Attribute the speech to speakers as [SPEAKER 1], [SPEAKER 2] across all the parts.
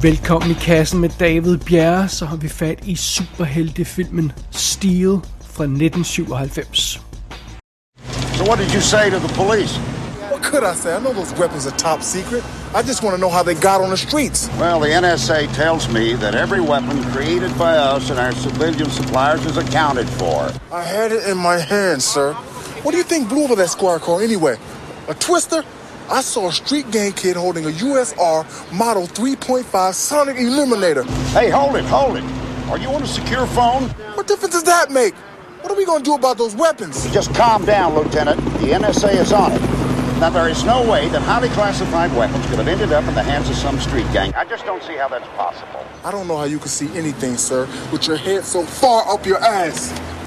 [SPEAKER 1] Velkommen i kassen med David Bjerre, så har vi fat i superheltefilmen Steel fra 1997.
[SPEAKER 2] So what did you say to the police?
[SPEAKER 3] What could I say? I know those weapons are top secret. I just want to know how they got on the streets.
[SPEAKER 2] Well, the NSA tells me that every weapon created by us and our civilian suppliers is accounted for.
[SPEAKER 3] I had it in my hand, sir. What do you think blew over that squad car anyway? A twister? I saw a street gang kid holding a USR Model 3.5 Sonic Eliminator.
[SPEAKER 2] Hey, hold it. Are you on a secure phone?
[SPEAKER 3] What difference does that make? What are we going to do about those weapons?
[SPEAKER 2] Just calm down, Lieutenant. The NSA is on it. Now, there is no way that highly classified weapons could have ended up in the hands of some street gang. I just don't see how that's possible.
[SPEAKER 3] I don't know how you can see anything, sir, with your head so far up your ass.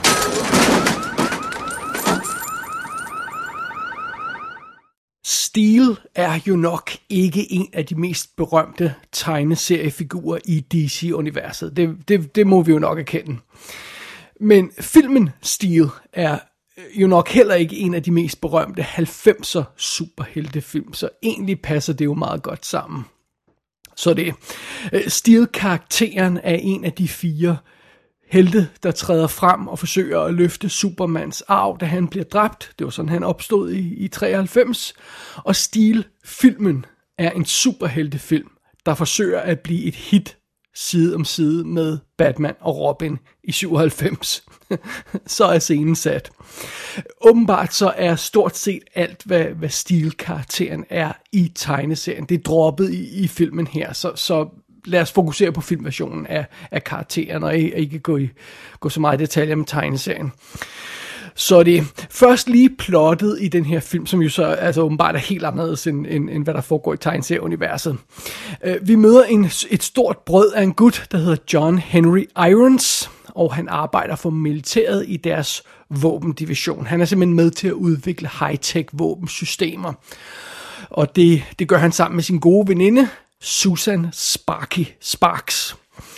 [SPEAKER 1] Steel er jo nok ikke en af de mest berømte tegneseriefigurer i DC-universet. Det må vi jo nok erkende. Men filmen Steel er jo nok heller ikke en af de mest berømte 90'er superheltefilm, så egentlig passer det jo meget godt sammen. Så det Steel-karakteren er en af de 4 helte, der træder frem og forsøger at løfte Supermans arv, da han bliver dræbt. Det var sådan, han opstod i 93. Og Steel-filmen er en superheltefilm, der forsøger at blive et hit side om side med Batman og Robin i 97. Så er scenen sat. Åbenbart så er stort set alt, hvad Steel-karakteren er i tegneserien, det er droppet i filmen her, så lad os fokusere på filmversionen af karakteren, og ikke gå så meget i detaljer med tegneserien. Så det er først lige plottet i den her film, som jo så altså åbenbart er helt anderledes end hvad der foregår i tegneserieuniverset. Vi møder et stort brød af en gut, der hedder John Henry Irons, og han arbejder for militæret i deres våbendivision. Han er simpelthen med til at udvikle high-tech våbensystemer, og det gør han sammen med sin gode veninde, Susan Sparks.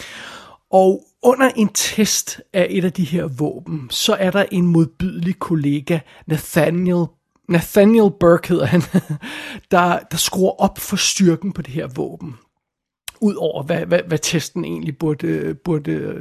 [SPEAKER 1] Og under en test af et af de her våben, så er der en modbydelig kollega, Nathaniel Burke hedder han, der skruer op for styrken på det her våben. Udover hvad testen egentlig burde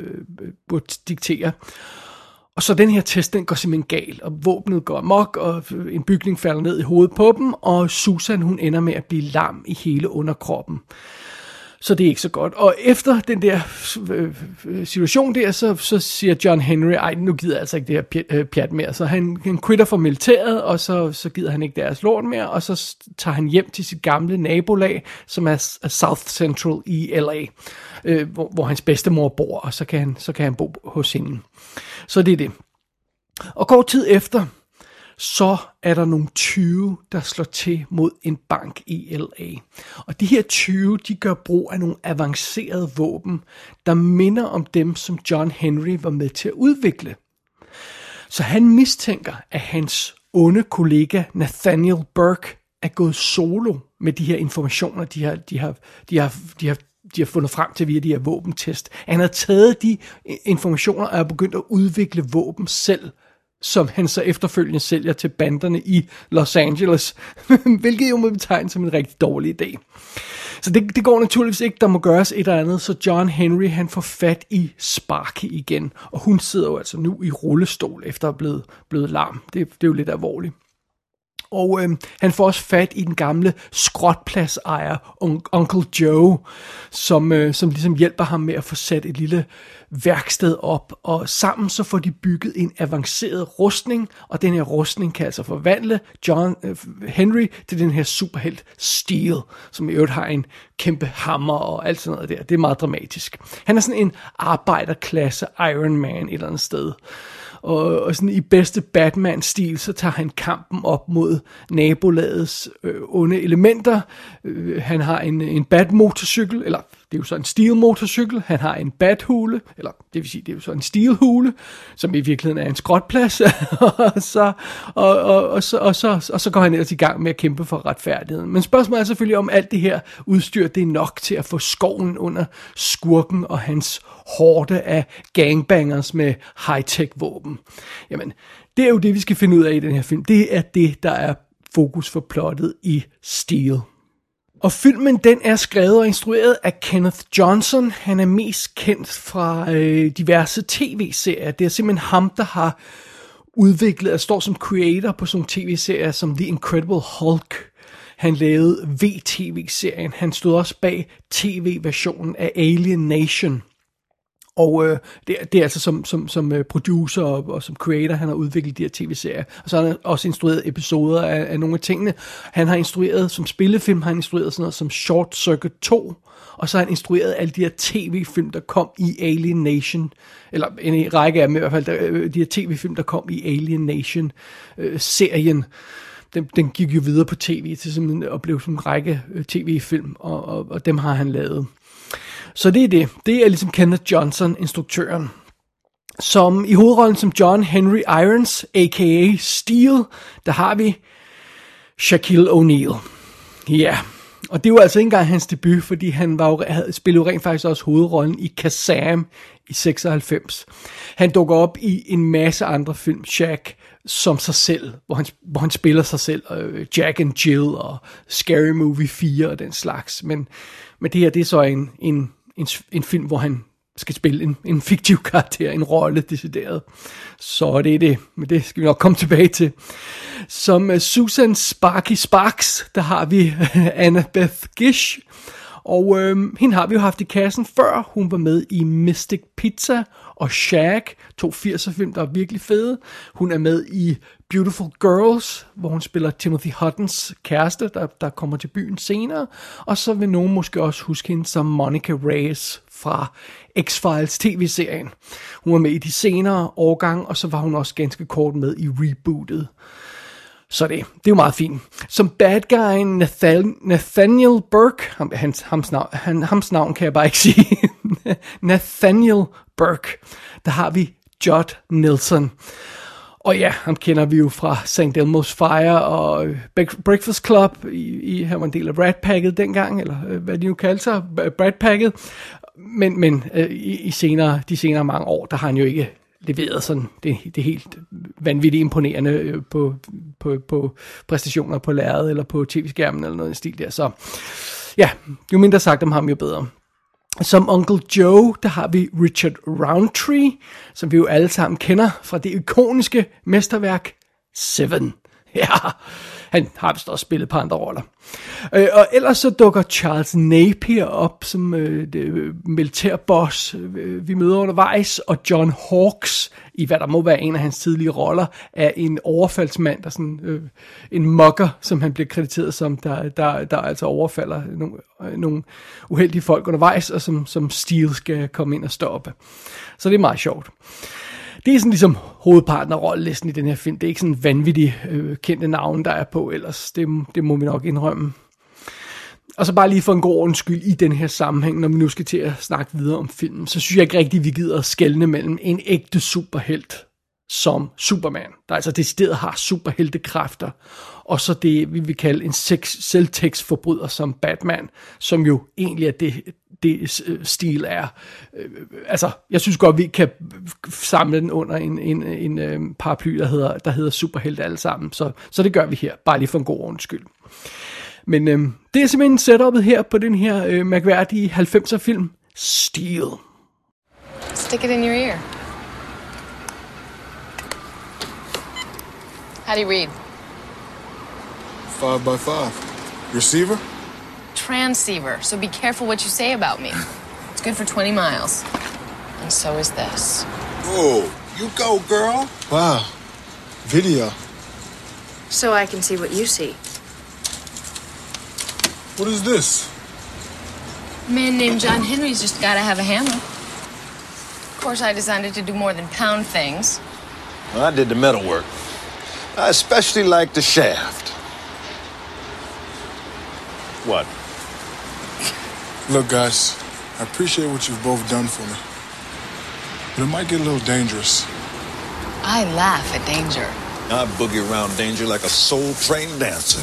[SPEAKER 1] diktere. Og så den her test, den går simpelthen gal, og våbnet går amok, og en bygning falder ned i hovedet på dem, og Susan, hun ender med at blive lam i hele underkroppen. Så det er ikke så godt. Og efter den der situation der, så siger John Henry, ej, nu gider jeg altså ikke det her pjat mere. Så han quitter fra militæret, og så gider han ikke deres lort mere, og så tager han hjem til sit gamle nabolag, som er South Central i LA, hvor hans bedstemor bor, og så kan han bo hos hende. Så det er det. Og kort tid efter, så er der nogle 20, der slår til mod en bank i LA. Og de her 20, de gør brug af nogle avancerede våben, der minder om dem, som John Henry var med til at udvikle. Så han mistænker, at hans onde kollega Nathaniel Burke er gået solo med de her informationer, de har fundet frem til via de her våbentest. Han har taget de informationer og er begyndt at udvikle våben selv, som han så efterfølgende sælger til banderne i Los Angeles, hvilket jo må betegnes som en rigtig dårlig idé. Så det går naturligvis ikke, der må gøres et eller andet, så John Henry, han får fat i Sparky igen, og hun sidder jo altså nu i rullestol, efter at være blevet lam. Det er jo lidt alvorligt. Og han får også fat i den gamle skrotpladsejer, Uncle Joe, som ligesom hjælper ham med at få sat et lille værksted op. Og sammen så får de bygget en avanceret rustning, og den her rustning kan altså forvandle John Henry til den her superhelt Steel, som i øvrigt har en kæmpe hammer og alt sådan noget der. Det er meget dramatisk. Han er sådan en arbejderklasse Iron Man et eller andet sted. Og sådan i bedste Batman-stil, så tager han kampen op mod nabolagets onde elementer. Han har en Bat-motorcykel, eller det er jo så en Steel-motorcykel. Han har en Bat-hule, eller det vil sige, det er jo så en Steel-hule, som i virkeligheden er en skrotplads. og så går han ellers i gang med at kæmpe for retfærdigheden. Men spørgsmålet er selvfølgelig, om alt det her udstyr, det er nok til at få skoven under skurken og hans horde af gangbangers med high-tech våben. Jamen, det er jo det, vi skal finde ud af i den her film. Det er det, der er fokus for plottet i Steel. Og filmen, den er skrevet og instrueret af Kenneth Johnson. Han er mest kendt fra diverse tv-serier. Det er simpelthen ham, der har udviklet og står som creator på sådan tv-serier som The Incredible Hulk. Han lavede VTV-serien. Han stod også bag tv-versionen af Alien Nation. Og det er altså som producer og som creator, han har udviklet de her tv-serier. Og så har han også instrueret episoder af nogle af tingene. Han har instrueret, som spillefilm, har han instrueret sådan noget som Short Circuit 2. Og så har han instrueret alle de her tv-film, der kom i Alien Nation. Eller en række af dem i hvert fald, de her tv-film, der kom i Alien Nation-serien. Den gik jo videre på tv til simpelthen at blive en række tv-film, og dem har han lavet. Så det er det. Det er ligesom Kenneth Johnson, instruktøren. Som i hovedrollen som John Henry Irons, a.k.a. Steel, der har vi Shaquille O'Neal. Ja, og det var altså ikke engang hans debut, fordi han spillede rent faktisk også hovedrollen i Kazam i 96. Han dukker op i en masse andre film, Shaq, som sig selv, hvor han spiller sig selv, Jack and Jill og Scary Movie 4 og den slags. Men det her, det er så en film, hvor han skal spille en fiktiv karakter, en rolle decideret. Så det er det, men det skal vi nok komme tilbage til. Som Susan Sparky Sparks, der har vi Annabeth Gish, og hende har vi jo haft i kassen før. Hun var med i Mystic Pizza og Shaq, 2 80'er-film, der er virkelig fede. Hun er med i Beautiful Girls, hvor hun spiller Timothy Huttons kæreste, der kommer til byen senere. Og så vil nogen måske også huske hende som Monica Reyes fra X-Files tv-serien. Hun var med i de senere årgange, og så var hun også ganske kort med i rebootet. Så det er jo meget fint. Som bad guy Nathaniel Burke, hans navn kan jeg bare ikke sige, Nathaniel Burke, der har vi Judd Nelson. Og ja, ham kender vi jo fra St. Elmo's Fire og Breakfast Club. Han var en del af Rat Packet dengang, eller hvad de nu kaldte sig, Rat Packet. Men i de senere mange år, der har han jo ikke leveret sådan det helt vanvittigt imponerende på præstationer på lærredet eller på tv-skærmen eller noget i stil der. Så ja, jo mindre sagt om ham, jo bedre. Som Uncle Joe, der har vi Richard Roundtree, som vi jo alle sammen kender fra det ikoniske mesterværk Seven. Ja, han har vist også spillet på andre roller. Og ellers så dukker Charles Napier op som militærboss, vi møder undervejs, og John Hawkes, i hvad der må være en af hans tidlige roller, er en overfaldsmand, der sådan en mugger, som han bliver krediteret som, der altså overfalder nogle uheldige folk undervejs, og som Steel skal komme ind og stoppe. Så det er meget sjovt. Det er sådan ligesom hovedparten af rollelisten i den her film. Det er ikke sådan vanvittigt kendte navn, der er på ellers. Det må vi nok indrømme. Og så bare lige for en god ordens skyld i den her sammenhæng, når vi nu skal til at snakke videre om filmen, så synes jeg ikke rigtigt, vi gider at skelne mellem en ægte superhelt som Superman, der altså decideret har superheltekræfter, og så det, vi vil kalde en selvtægtsforbryder som Batman, som jo egentlig er det stil er. Altså, jeg synes godt, vi kan samle den under en paraply, der hedder superhelt alle sammen, så det gør vi her, bare lige for en god ordens skyld. Men det er simpelthen setupet her på den her mærkværdige 90'er film, Steel.
[SPEAKER 4] Stick it in your ear. How do you read?
[SPEAKER 3] 5 by 5. Receiver?
[SPEAKER 4] Transceiver, so be careful what you say about me. It's good for 20 miles. And so is this.
[SPEAKER 5] Oh, you go, girl.
[SPEAKER 3] Wow. Video.
[SPEAKER 6] So I can see what you see.
[SPEAKER 3] What is this?
[SPEAKER 4] A man named John Henry's just gotta have a hammer. Of course, I designed it to do more than pound things.
[SPEAKER 5] Well, I did the metal work. I especially like the shaft. What?
[SPEAKER 3] Look, guys, I appreciate what you've both done for me, but it might get a little dangerous.
[SPEAKER 4] I laugh at danger.
[SPEAKER 5] I boogie around danger like a soul-trained dancer.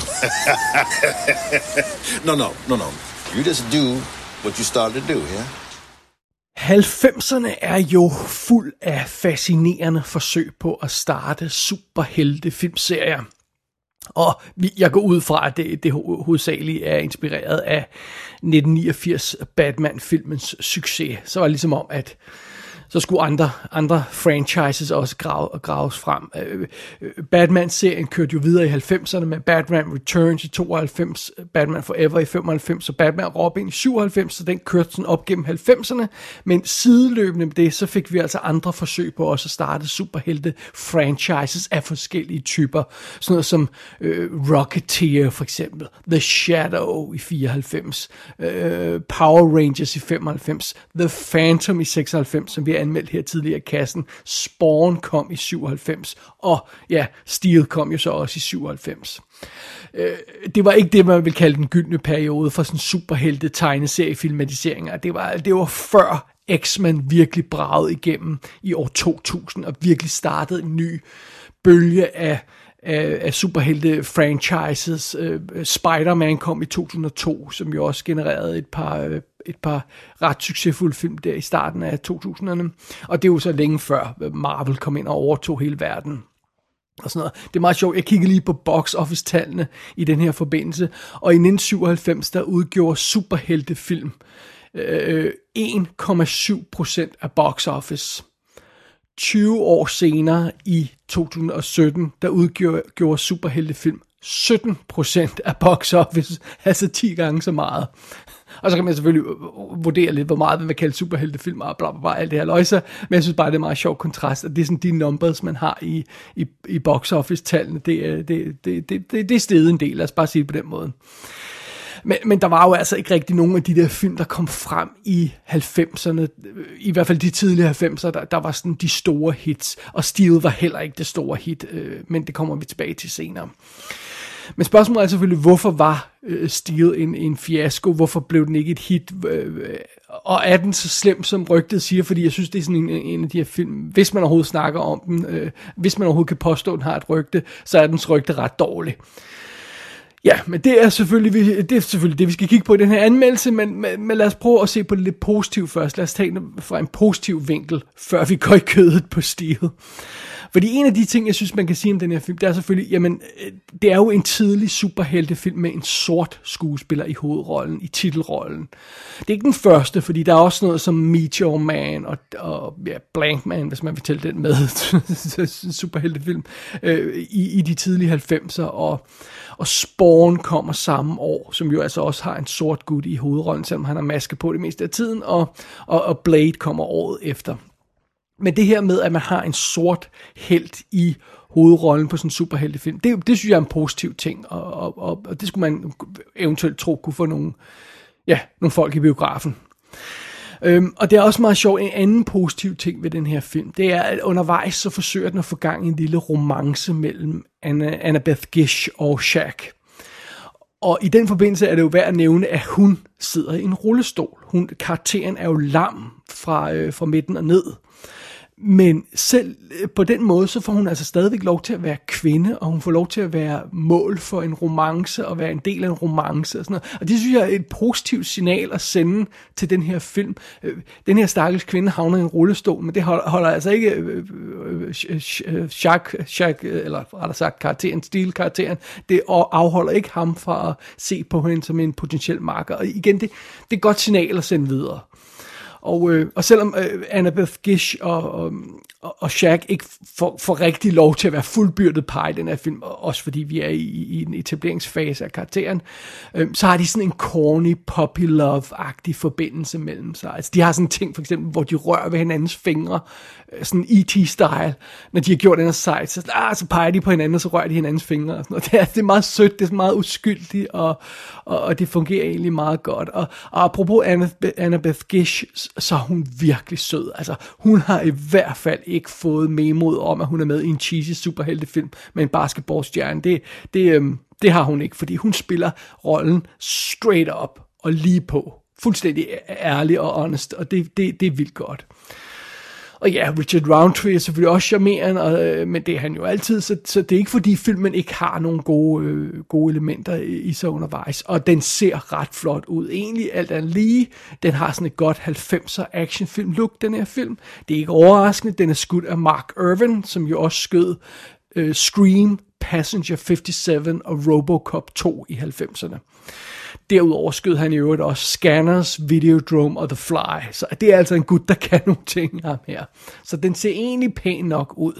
[SPEAKER 5] No. You just do what you started to do, yeah?
[SPEAKER 1] 90'erne er jo fuld af fascinerende forsøg på at starte superhelte filmserier. Og jeg går ud fra, at det hovedsageligt er inspireret af 1989 Batman-filmens succes. Så var det ligesom om, at så skulle andre franchises også graves frem. Batman-serien kørte jo videre i 90'erne med Batman Returns i 92, Batman Forever i 95 og Batman Robin i 97, så den kørte sådan op gennem 90'erne. Men sideløbende med det, så fik vi altså andre forsøg på også at starte superhelte-franchises af forskellige typer. Sådan noget som Rocketeer for eksempel, The Shadow i 94, Power Rangers i 95, The Phantom i 96, som vi har anmeldt her tidligere i kassen. Spawn kom i 97, og ja, Steel kom jo så også i 97. Det var ikke det, man vil kalde den gyldne periode for sådan superhelte tegneseriefilmatiseringer. Det var før X-Men virkelig bragede igennem i år 2000 og virkelig startede en ny bølge af superhelte franchises. Spider-Man kom i 2002, som jo også genererede et par ret succesfulde film der i starten af 2000'erne. Og det er jo så længe før Marvel kom ind og overtog hele verden. Og sådan noget. Det er meget sjovt. Jeg kiggede lige på box office tallene i den her forbindelse, og i 1997 der udgjorde superheltefilm 1,7% af box office. 20 år senere i 2017, der udgjorde superheltefilm 17% af box office, altså 10 gange så meget. Og så kan man selvfølgelig vurdere lidt, hvor meget man vil kalde superheltefilm og bla bla bla, alt det her løjser, men jeg synes bare, det er meget sjov kontrast, at det er sådan de numbers, man har i box office-tallene, det er steget en del, lad os bare sige det på den måde. Men der var jo altså ikke rigtig nogen af de der film, der kom frem i 90'erne, i hvert fald de tidlige 90'er, der var sådan de store hits, og Steel var heller ikke det store hit, men det kommer vi tilbage til senere. Men spørgsmålet er selvfølgelig, hvorfor var Steel en fiasko? Hvorfor blev den ikke et hit? Og er den så slem, som rygtet siger? Fordi jeg synes, det er sådan en af de her film, hvis man overhovedet snakker om den, hvis man overhovedet kan påstå, at den har et rygte, så er dens rygte ret dårlig. Ja, men det er selvfølgelig det, vi skal kigge på i den her anmeldelse, men lad os prøve at se på det lidt positivt først. Lad os tage det fra en positiv vinkel, før vi går i kødet på Steel. Fordi en af de ting, jeg synes, man kan sige om den her film, det er selvfølgelig, jamen, det er jo en tidlig superheltefilm med en sort skuespiller i hovedrollen, i titelrollen. Det er ikke den første, fordi der er også noget som Meteor Man og ja, Blank Man, hvis man vil tælle den med, superheltefilm, i de tidlige 90'er, og Spawn kommer samme år, som jo altså også har en sort gut i hovedrollen, selvom han har maske på det meste af tiden, og Blade kommer året efter. Men det her med, at man har en sort helt i hovedrollen på sådan en superheltefilm, det synes jeg er en positiv ting, og det skulle man eventuelt tro kunne få nogle folk i biografen. Og det er også meget sjovt, en anden positiv ting ved den her film, det er, at undervejs så forsøger den at få gang i en lille romance mellem Annabeth Gish og Shaq. Og i den forbindelse er det jo værd at nævne, at hun sidder i en rullestol. Karakteren er jo lam fra midten og ned. Men selv på den måde, så får hun altså stadigvæk lov til at være kvinde, og hun får lov til at være mål for en romance, og være en del af en romance og sådan noget. Og det synes jeg er et positivt signal at sende til den her film. Den her stakkels kvinde havner i en rullestol, men det holder altså ikke Shaq, eller rettere sagt karakteren, Steel-karakteren, det afholder ikke ham fra at se på hende som en potentiel makker. Og igen, det er et godt signal at sende videre. Og selvom Annabeth Gish og Shaq ikke får rigtig lov til at være fuldbyrdet par i den her film, også fordi vi er i en etableringsfase af karakteren, så har de sådan en corny, puppy love-agtig forbindelse mellem sig. Altså, de har sådan en ting, for eksempel, hvor de rører ved hinandens fingre, sådan E.T.-style, når de har gjort den her sejt, så peger de på hinanden, og så rører de hinandens fingre. Og sådan noget. Det er meget sødt, det er meget uskyldigt, og det fungerer egentlig meget godt. Og apropos Annabeth Gish, så er hun virkelig sød. Altså, hun har i hvert fald ikke fået memoet om, at hun er med i en cheesy superheltefilm med en basketballstjerne. Det har hun ikke, fordi hun spiller rollen straight up og lige på. Fuldstændig ærlig og honest, og det er vildt godt. Og ja, Richard Roundtree er selvfølgelig også charmerende, men det er han jo altid, så det er ikke fordi filmen ikke har nogle gode elementer i sig undervejs, og den ser ret flot ud. Egentlig alt andet lige, den har sådan et godt 90'er actionfilm look, den her film. Det er ikke overraskende, den er skudt af Mark Irvin, som jo også skød Scream, Passenger 57 og Robocop 2 i 90'erne. Derudover skød han i øvrigt også Scanners, Videodrome og The Fly. Så det er altså en gut, der kan nogle ting ham her. Så den ser egentlig pæn nok ud.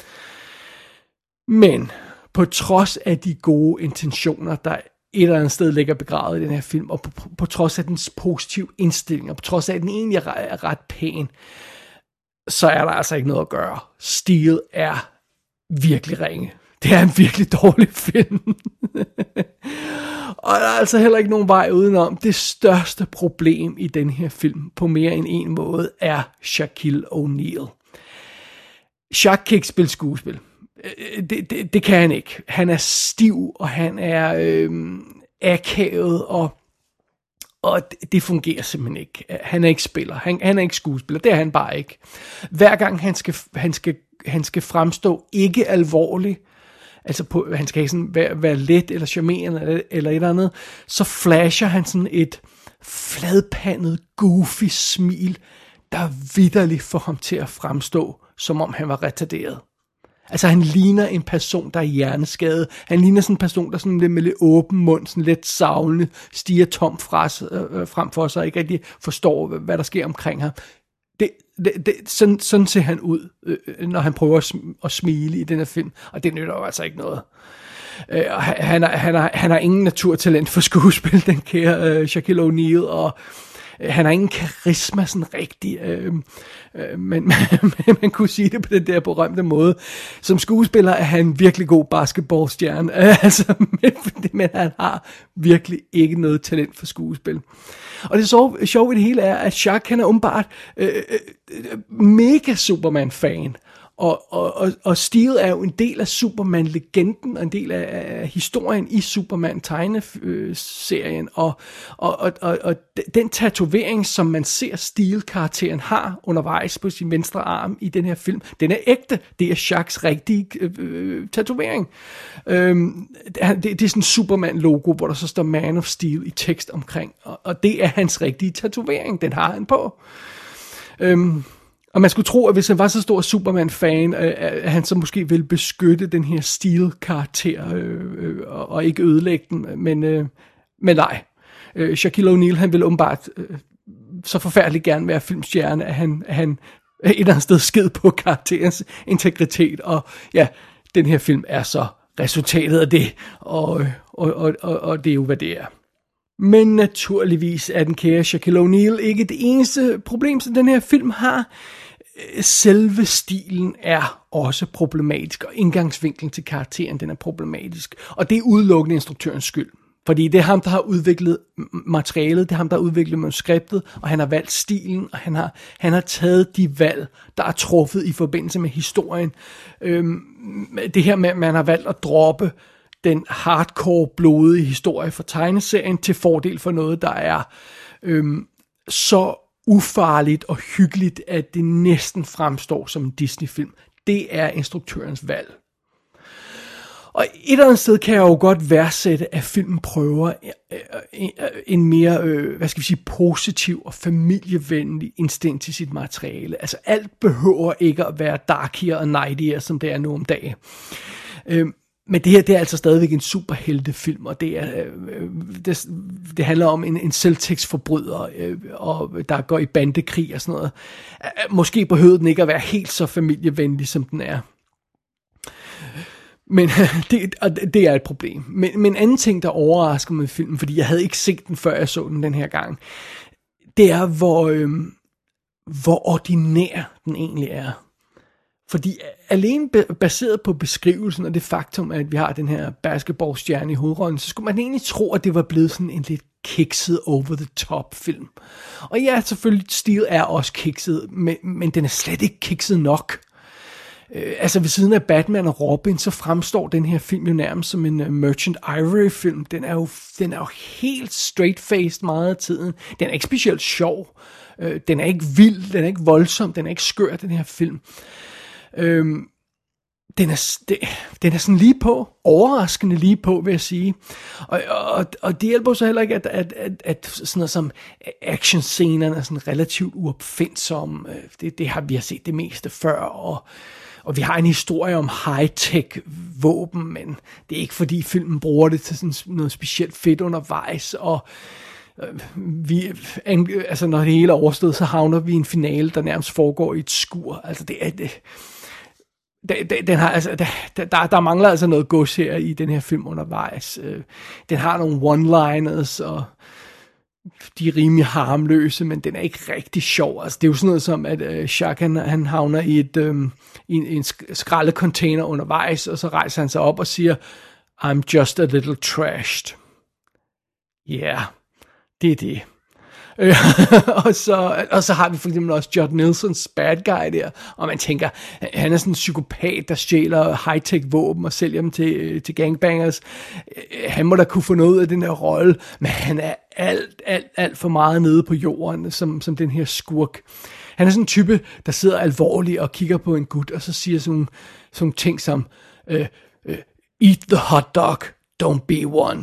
[SPEAKER 1] Men på trods af de gode intentioner, der et eller andet sted ligger begravet i den her film, og på trods af dens positive indstilling, og på trods af, at den egentlig er ret pæn, så er der altså ikke noget at gøre. Steel er virkelig ringe. Det er en virkelig dårlig film. Og der er altså heller ikke nogen vej udenom. Det største problem i den her film, på mere end en måde, er Shaquille O'Neal. Shaq kan ikke spille skuespil. Det kan han ikke. Han er stiv, og han er akavet, og det fungerer simpelthen ikke. Han er ikke spiller. Han er ikke skuespiller. Det er han bare ikke. Hver gang han skal fremstå ikke alvorlig, altså han skal sådan være let eller charmerende eller et eller andet, så flasher han sådan et fladpandet, goofy smil, der vitterligt får ham til at fremstå, som om han var retarderet. Altså han ligner en person, der er hjerneskadet. Han ligner sådan en person, der sådan lidt med lidt åben mund, sådan lidt savlende, stiger tom frem for sig, og ikke rigtig forstår, hvad der sker omkring ham. Sådan ser han ud, når han prøver at smile i den her film, og det nytter jo altså ikke noget. Han har ingen naturtalent for skuespil, den kære Shaquille O'Neal, og han har ingen karisma sådan rigtig, men man kunne sige det på den der berømte måde. Som skuespiller er han en virkelig god basketballstjerne, altså, men han har virkelig ikke noget talent for skuespil. Og det sjove i det hele er, at Shaq han er åbenbart mega Superman-fan. Og Steel er jo en del af Superman-legenden, og en del af historien i Superman-tegneserien, og den tatovering, som man ser Steel-karakteren har undervejs på sin venstre arm i den her film, den er ægte. Det er Shaqs rigtige tatovering. Det er sådan en Superman-logo, hvor der så står Man of Steel i tekst omkring, og det er hans rigtige tatovering. Den har han på. Og man skulle tro, at hvis han var så stor Superman-fan, at han så måske ville beskytte den her Steel-karakter og ikke ødelægge den. Men nej. Shaquille O'Neal, han ville åbenbart så forfærdeligt gerne være filmstjerne, at han et eller andet sted sked på karakterens integritet. Og ja, den her film er så resultatet af det, og det er jo, hvad det er. Men naturligvis er den kære Shaquille O'Neal ikke det eneste problem, som den her film har. Selve stilen er også problematisk, og indgangsvinklen til karakteren, den er problematisk. Og det er udelukkende instruktørens skyld. Fordi det er ham, der har udviklet materialet, det er ham, der har udviklet manuskriptet, og han har valgt stilen, og han har taget de valg, der er truffet i forbindelse med historien. Det her med, at man har valgt at droppe den hardcore, blodige historie fra tegneserien til fordel for noget, der er så ufarligt og hyggeligt, at det næsten fremstår som en Disney-film. Det er instruktørens valg. Og et eller andet sted kan jeg jo godt værdsætte, at filmen prøver en mere, positiv og familievenlig instinkt til sit materiale. Altså alt behøver ikke at være darkier og nightier, som det er nu om dagen. Men det her, det er altså stadigvæk en superheltefilm, og det handler om en selvtægtsforbryder, og der går i bandekrig og sådan noget. Måske behøvede den ikke at være helt så familievenlig, som den er. Men det er et problem. Men en anden ting, der overrasker mig med filmen, fordi jeg havde ikke set den, før jeg så den her gang, det er, hvor ordinær den egentlig er. Fordi alene baseret på beskrivelsen og det faktum, at vi har den her basketballstjerne i hovedrollen, så skulle man egentlig tro, at det var blevet sådan en lidt kikset over-the-top film. Og ja, selvfølgelig, Steel er også kikset, men den er slet ikke kikset nok. Altså ved siden af Batman og Robin, så fremstår den her film jo nærmest som en Merchant Ivory-film. Den er jo helt straight-faced meget af tiden. Den er ikke specielt sjov. Den er ikke vild, den er ikke voldsom, den er ikke skør, den her film. Den er sådan lige på, overraskende lige på, vil jeg sige. Og det hjælper så heller ikke, at sådan noget som actionscenerne er sådan relativt uopfindsomme. Det har vi set det meste før, Og vi har en historie om high-tech våben, men det er ikke fordi filmen bruger det til sådan noget specielt fedt undervejs, og altså når det hele er overstået, så havner vi i en finale, der nærmest foregår i et skur. Altså det er det. Den har, altså, der mangler altså noget gods her i den her film undervejs. Den har nogle one-liners, og de er rimelig harmløse, men den er ikke rigtig sjov. Altså, det er jo sådan noget som, at Jacques han havner i en skraldecontainer undervejs, og så rejser han sig op og siger, I'm just a little trashed. Ja, yeah, det er det. og så har vi for eksempel også Judd Nelsons bad guy der, og man tænker, han er sådan en psykopat, der stjæler high-tech våben og sælger dem til gangbangers. Han må da kunne få noget af den her rolle, men han er alt for meget nede på jorden, som den her skurk. Han er sådan en type, der sidder alvorligt og kigger på en gut, og så siger sådan ting som, eat the hot dog, don't be one.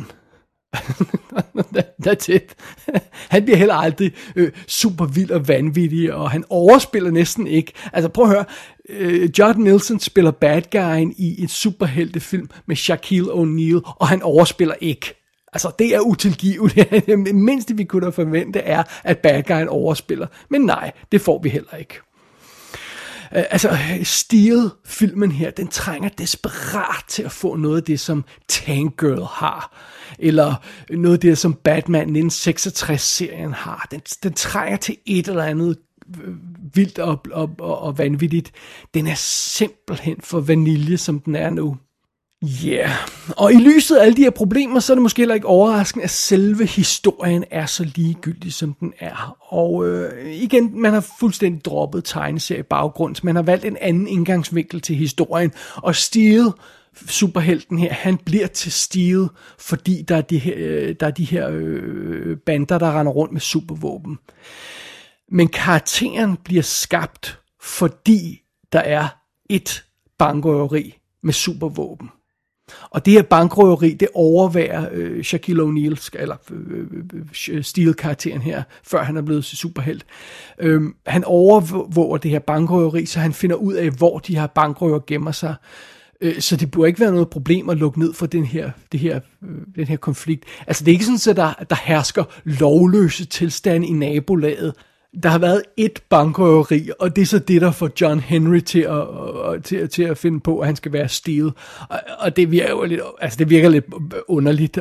[SPEAKER 1] That's it. Han bliver heller aldrig super vild og vanvittig, og han overspiller næsten ikke. Altså prøv at høre, Judd Nelson spiller bad guyen i et superheltefilm med Shaquille O'Neal, og han overspiller ikke. Altså det er utilgiveligt. Det mindste vi kunne da forvente er, at bad guyen overspiller. Men nej, det får vi heller ikke. Altså, Steel-filmen her, den trænger desperat til at få noget af det, som Tank Girl har. Eller noget af det, som Batman 1966-serien har. Den trænger til et eller andet vildt og vanvittigt. Den er simpelthen for vanilje, som den er nu. Ja, yeah. Og i lyset af alle de her problemer, så er det måske heller ikke overraskende, at selve historien er så ligegyldig, som den er. Og igen, man har fuldstændig droppet tegneserie baggrund, så man har valgt en anden indgangsvinkel til historien. Og Steel, superhelten her, han bliver til Steel, fordi der er de her bander, der render rundt med supervåben. Men karakteren bliver skabt, fordi der er et bankrøveri med supervåben. Og det her bankrøveri, det overværer Shaquille O'Neal, eller Steel-karakteren her, før han er blevet superhelt. Han overvåger det her bankrøveri, så han finder ud af, hvor de her bankrøver gemmer sig. Så det burde ikke være noget problem at lukke ned for den her konflikt. Altså det er ikke sådan, at der hersker lovløse tilstande i nabolaget. Der har været et bankrøveri, og det er så det, der får John Henry til at finde på, at han skal være Steel. Og det virker jo lidt, altså det virker lidt underligt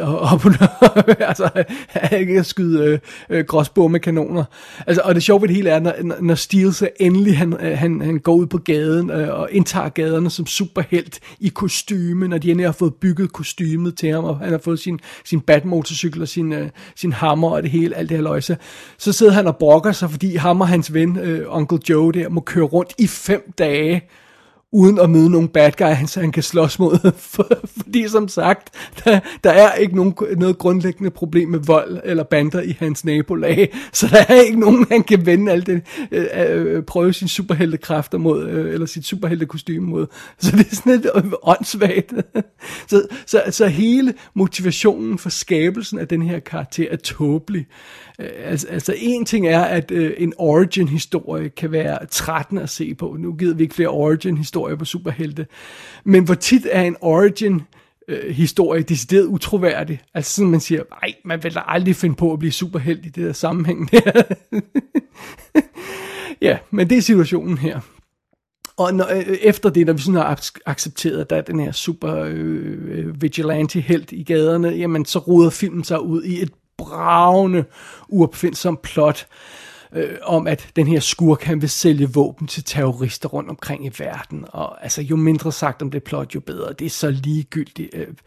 [SPEAKER 1] at skyde gråsbog med kanoner. Altså, og det sjove ved det hele er, når Steel så endelig han går ud på gaden og indtager gaderne som superhelt i kostyme, når de endelig har fået bygget kostymet til ham, og han har fået sin Batmotorcykel og sin hammer og det hele, alt det her løjse. Så sidder han og brokker sig, fordi ham og hans ven, Uncle Joe der, må køre rundt i 5 dage, uden at møde nogen bad guy, han kan slås mod. Fordi som sagt, der er ikke noget grundlæggende problem med vold eller bander i hans nabolag, så der er ikke nogen, han kan vende alt det, prøve sine superheltekræfter mod, eller sit superheltekostyme mod. Så det er sådan lidt åndssvagt. Så hele motivationen for skabelsen af den her karakter er tåbelig. Altså en ting er, at en origin-historie kan være trættende at se på. Nu gider vi ikke flere origin-historier på superhelte. Men hvor tit er en origin-historie decideret utroværdig? Altså sådan, man siger, nej, man vil da aldrig finde på at blive superhelt i det der sammenhæng der. Ja, men det er situationen her. Og efter det, når vi sådan har accepteret, at der er den her super vigilante-helt i gaderne, jamen så ruder filmen sig ud i et bragende, uopfindsomt plot om, at den her skurk, han vil sælge våben til terrorister rundt omkring i verden. Og altså, jo mindre sagt om det plot, jo bedre. Det er så ligegyldigt.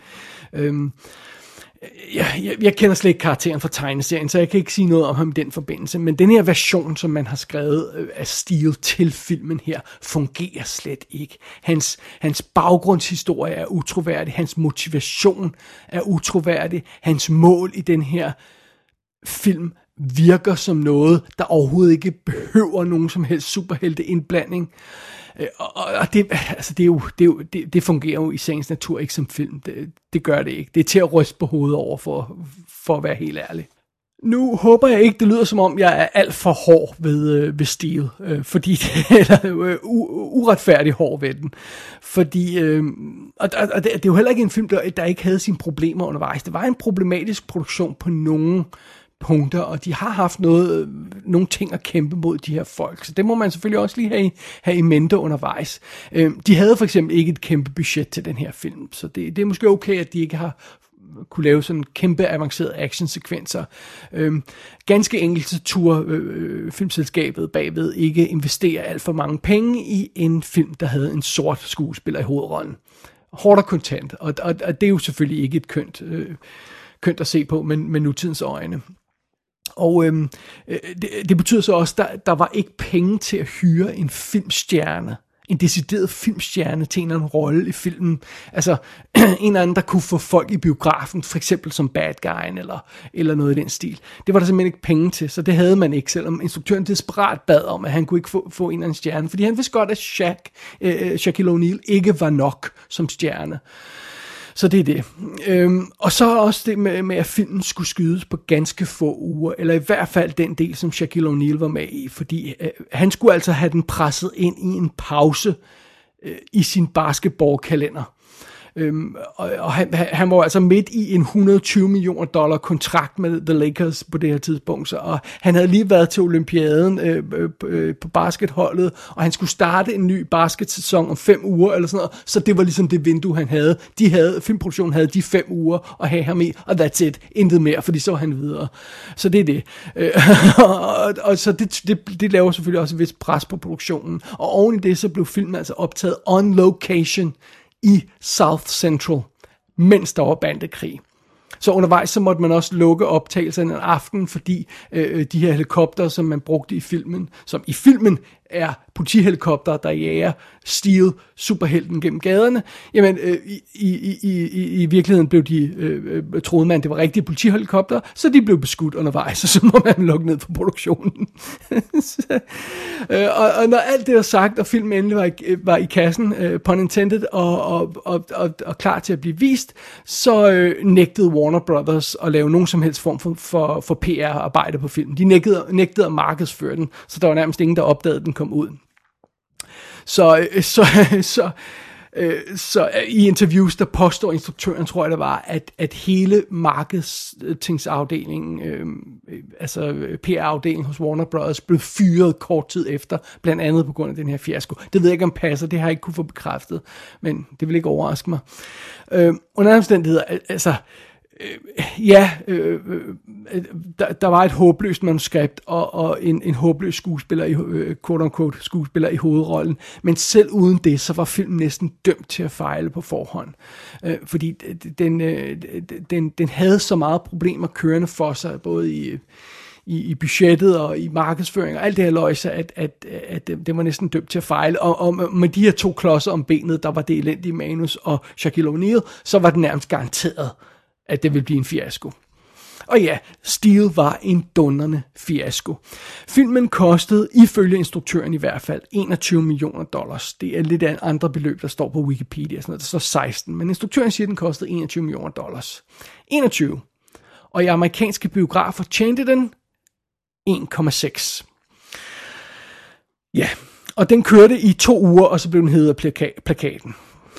[SPEAKER 1] Jeg kender slet ikke karakteren fra tegneserien, så jeg kan ikke sige noget om ham i den forbindelse. Men den her version, som man har skrevet af Steel til filmen her, fungerer slet ikke. Hans baggrundshistorie er utroværdig. Hans motivation er utroværdig. Hans mål i den her film virker som noget, der overhovedet ikke behøver nogen som helst superhelte indblanding. Og det fungerer jo i sagens natur ikke som film. Det gør det ikke. Det er til at ryste på hovedet over, for at være helt ærlig. Nu håber jeg ikke, det lyder som om, jeg er alt for hård ved Steel, fordi eller uretfærdig hård ved den. Fordi, og det er jo heller ikke en film, der ikke havde sine problemer undervejs. Det var en problematisk produktion på nogle punkter, og de har haft nogle ting at kæmpe mod de her folk. Så det må man selvfølgelig også lige have i mente undervejs. De havde for eksempel ikke et kæmpe budget til den her film, så det er måske okay, at de ikke har kunne lave sådan kæmpe avancerede actionsekvenser. Ganske enkelt så turde filmselskabet bagved ikke investere alt for mange penge i en film, der havde en sort skuespiller i hovedrollen. Hårdt og kontant, og det er jo selvfølgelig ikke et kønt at se på med nutidens øjne. Og det betyder så også, at der var ikke penge til at hyre en filmstjerne, en decideret filmstjerne til en eller anden rolle i filmen. Altså en eller anden, der kunne få folk i biografen, for eksempel som bad guyen eller noget i den stil. Det var der simpelthen ikke penge til, så det havde man ikke, selvom instruktøren desperat bad om, at han kunne ikke få en eller anden stjerne, fordi han vidste godt, at Shaquille O'Neal ikke var nok som stjerne. Så det er det. Og så også det med, at filmen skulle skydes på ganske få uger, eller i hvert fald den del, som Shaquille O'Neal var med i, fordi han skulle altså have den presset ind i en pause i sin basketballkalender. Og han var altså midt i en $120 million kontrakt med The Lakers på det her tidspunkt, og han havde lige været til olympiaden på basketholdet, og han skulle starte en ny basketsæson om 5 uger eller sådan noget, så det var ligesom det vindue, han havde. Filmproduktionen havde de 5 uger at have ham i, og that's it, intet mere, fordi så var han videre. Så det er det. Og så det laver selvfølgelig også et vist pres på produktionen, og oven i det, så blev filmen altså optaget on location i South Central, mens der var bandekrig. Så undervejs så måtte man også lukke optagelserne en aften, fordi de her helikopter, som man brugte i filmen, som i filmen er politihelikopter, der jager Steel, superhelten gennem gaderne, jamen i virkeligheden blev de, troede man, det var rigtige politihelikopter, så de blev beskudt undervejs, og så må man lukke ned for produktionen. og når alt det er sagt, og filmen endelig var i kassen, pun intended, og klar til at blive vist, så nægtede Warner Brothers at lave nogen som helst form for PR-arbejde på filmen. De nægtede at markedsføre den, så der var nærmest ingen, der opdagede, den kom ud. Så i interviews, der påstår instruktøren, tror jeg det var, at hele marketingsafdelingen, altså PR-afdelingen hos Warner Brothers, blev fyret kort tid efter, blandt andet på grund af den her fiasko. Det ved jeg ikke, om passer, det har jeg ikke kunne få bekræftet, men det vil ikke overraske mig. Under omstændigheder, altså, der var et håbløst manuskript og en håbløs skuespiller, quote-unquote skuespiller i hovedrollen, men selv uden det, så var filmen næsten dømt til at fejle på forhånd, fordi den havde så meget problemer kørende for sig, både i budgettet og i markedsføring og alt det her løjse, at det var næsten dømt til at fejle, og med de her 2 klodser om benet, der var det elendige manus og Shaquille O'Neal, så var det nærmest garanteret, at det ville blive en fiasko. Og ja, Steel var en dundrende fiasko. Filmen kostede, ifølge instruktøren i hvert fald, $21 million. Det er lidt af en andre beløb, der står på Wikipedia. Sådan noget. Der står 16, men instruktøren siger, at den kostede $21 million. 21. Og i amerikanske biografer tjente den 1,6. Ja, og den kørte i 2 uger, og så blev den heddet af plakaten.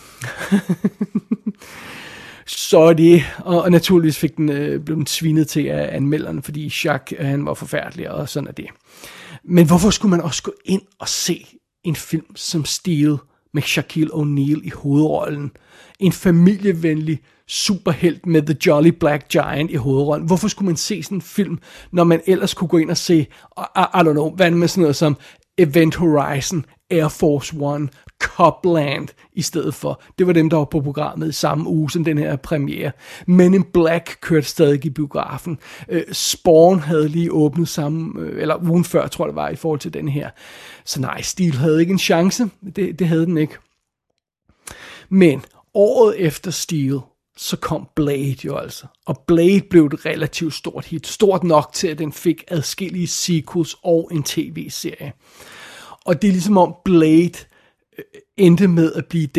[SPEAKER 1] Så det, og naturligvis blev den svinet til af anmelderne, fordi Jacques, han var forfærdelig, og sådan er det. Men hvorfor skulle man også gå ind og se en film som Steel med Shaquille O'Neal i hovedrollen? En familievenlig superhelt med The Jolly Black Giant i hovedrollen. Hvorfor skulle man se sådan en film, når man ellers kunne gå ind og se, I don't know, hvad med sådan noget som Event Horizon, Air Force One, Copland i stedet for. Det var dem, der var på programmet i samme uge som den her premiere. Men in Black kørte stadig i biografen. Spawn havde lige åbnet samme, eller ugen før, tror jeg det var, i forhold til den her. Så nej, Steel havde ikke en chance. Det havde den ikke. Men året efter Steel, så kom Blade jo altså. Og Blade blev et relativt stort hit. Stort nok til, at den fik adskillige sequels og en tv-serie. Og det er ligesom om Blade endte med at blive den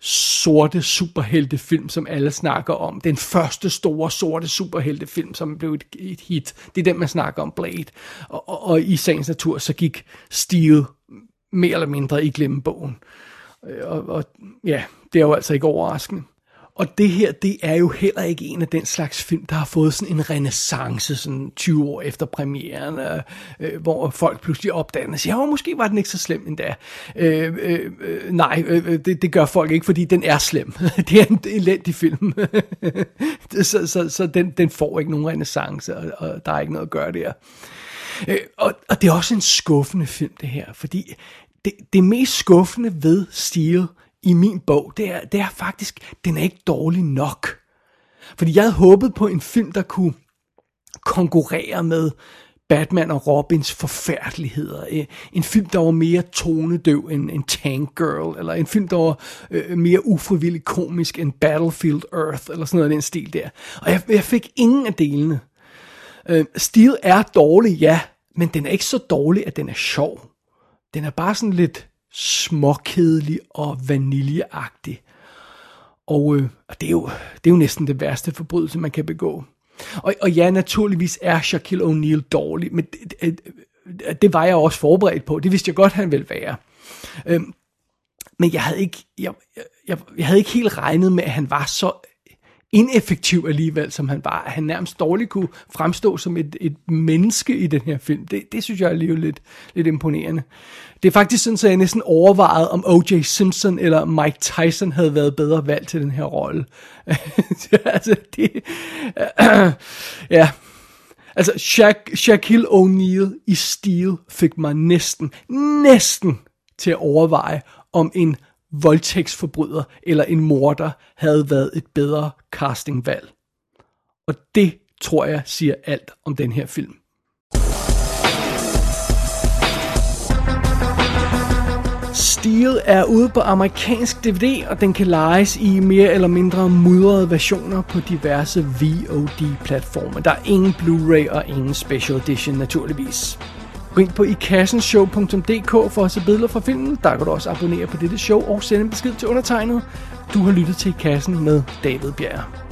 [SPEAKER 1] sorte superheltefilm, som alle snakker om. Den første store sorte superheltefilm, som blev et hit. Det er den, man snakker om, Blade. Og i sagens natur, så gik Steel mere eller mindre i glemmebogen. Og ja, det er jo altså ikke overraskende. Og det her, det er jo heller ikke en af den slags film, der har fået sådan en renaissance, sådan 20 år efter premieren, hvor folk pludselig opdager og siger, måske var den ikke så slem endda. Nej, det gør folk ikke, fordi den er slem. Det er en elendig film. så den får ikke nogen renaissance, og der er ikke noget at gøre der. Og det er også en skuffende film, det her, fordi det mest skuffende ved Steel i min bog, det er faktisk, den er ikke dårlig nok. Fordi jeg havde håbet på en film, der kunne konkurrere med Batman og Robins forfærdeligheder. En film, der var mere tonedøv end Tank Girl, eller en film, der var mere ufrivillig komisk end Battlefield Earth, eller sådan noget af den stil der. Og jeg fik ingen af delene. Steel er dårlig, ja, men den er ikke så dårlig, at den er sjov. Den er bare sådan lidt småkedelig og vaniljeagtig. Og det er jo næsten det værste forbrydelse, man kan begå. Og ja, naturligvis er Shaquille O'Neal dårlig, men det var jeg også forberedt på. Det vidste jeg godt, han ville være. Men jeg havde ikke helt regnet med, at han var så ineffektiv alligevel, som han var. Han nærmest dårligt kunne fremstå som et menneske i den her film. Det synes jeg er alligevel lidt imponerende. Det er faktisk sådan, at jeg næsten overvejede, om O.J. Simpson eller Mike Tyson havde været bedre valgt til den her rolle. Altså, ja. Altså, Shaquille O'Neal i Steel fik mig næsten til at overveje, om en voldtægtsforbryder eller en morder havde været et bedre castingvalg. Og det tror jeg siger alt om den her film. Steel er ude på amerikansk DVD, og den kan lejes i mere eller mindre mudrede versioner på diverse VOD-platforme. Der er ingen Blu-ray og ingen Special Edition naturligvis. Gå ind på ikassenshow.dk for at se billeder fra filmen. Der kan du også abonnere på dette show og sende en besked til undertegnet. Du har lyttet til I Kassen med David Bjerg.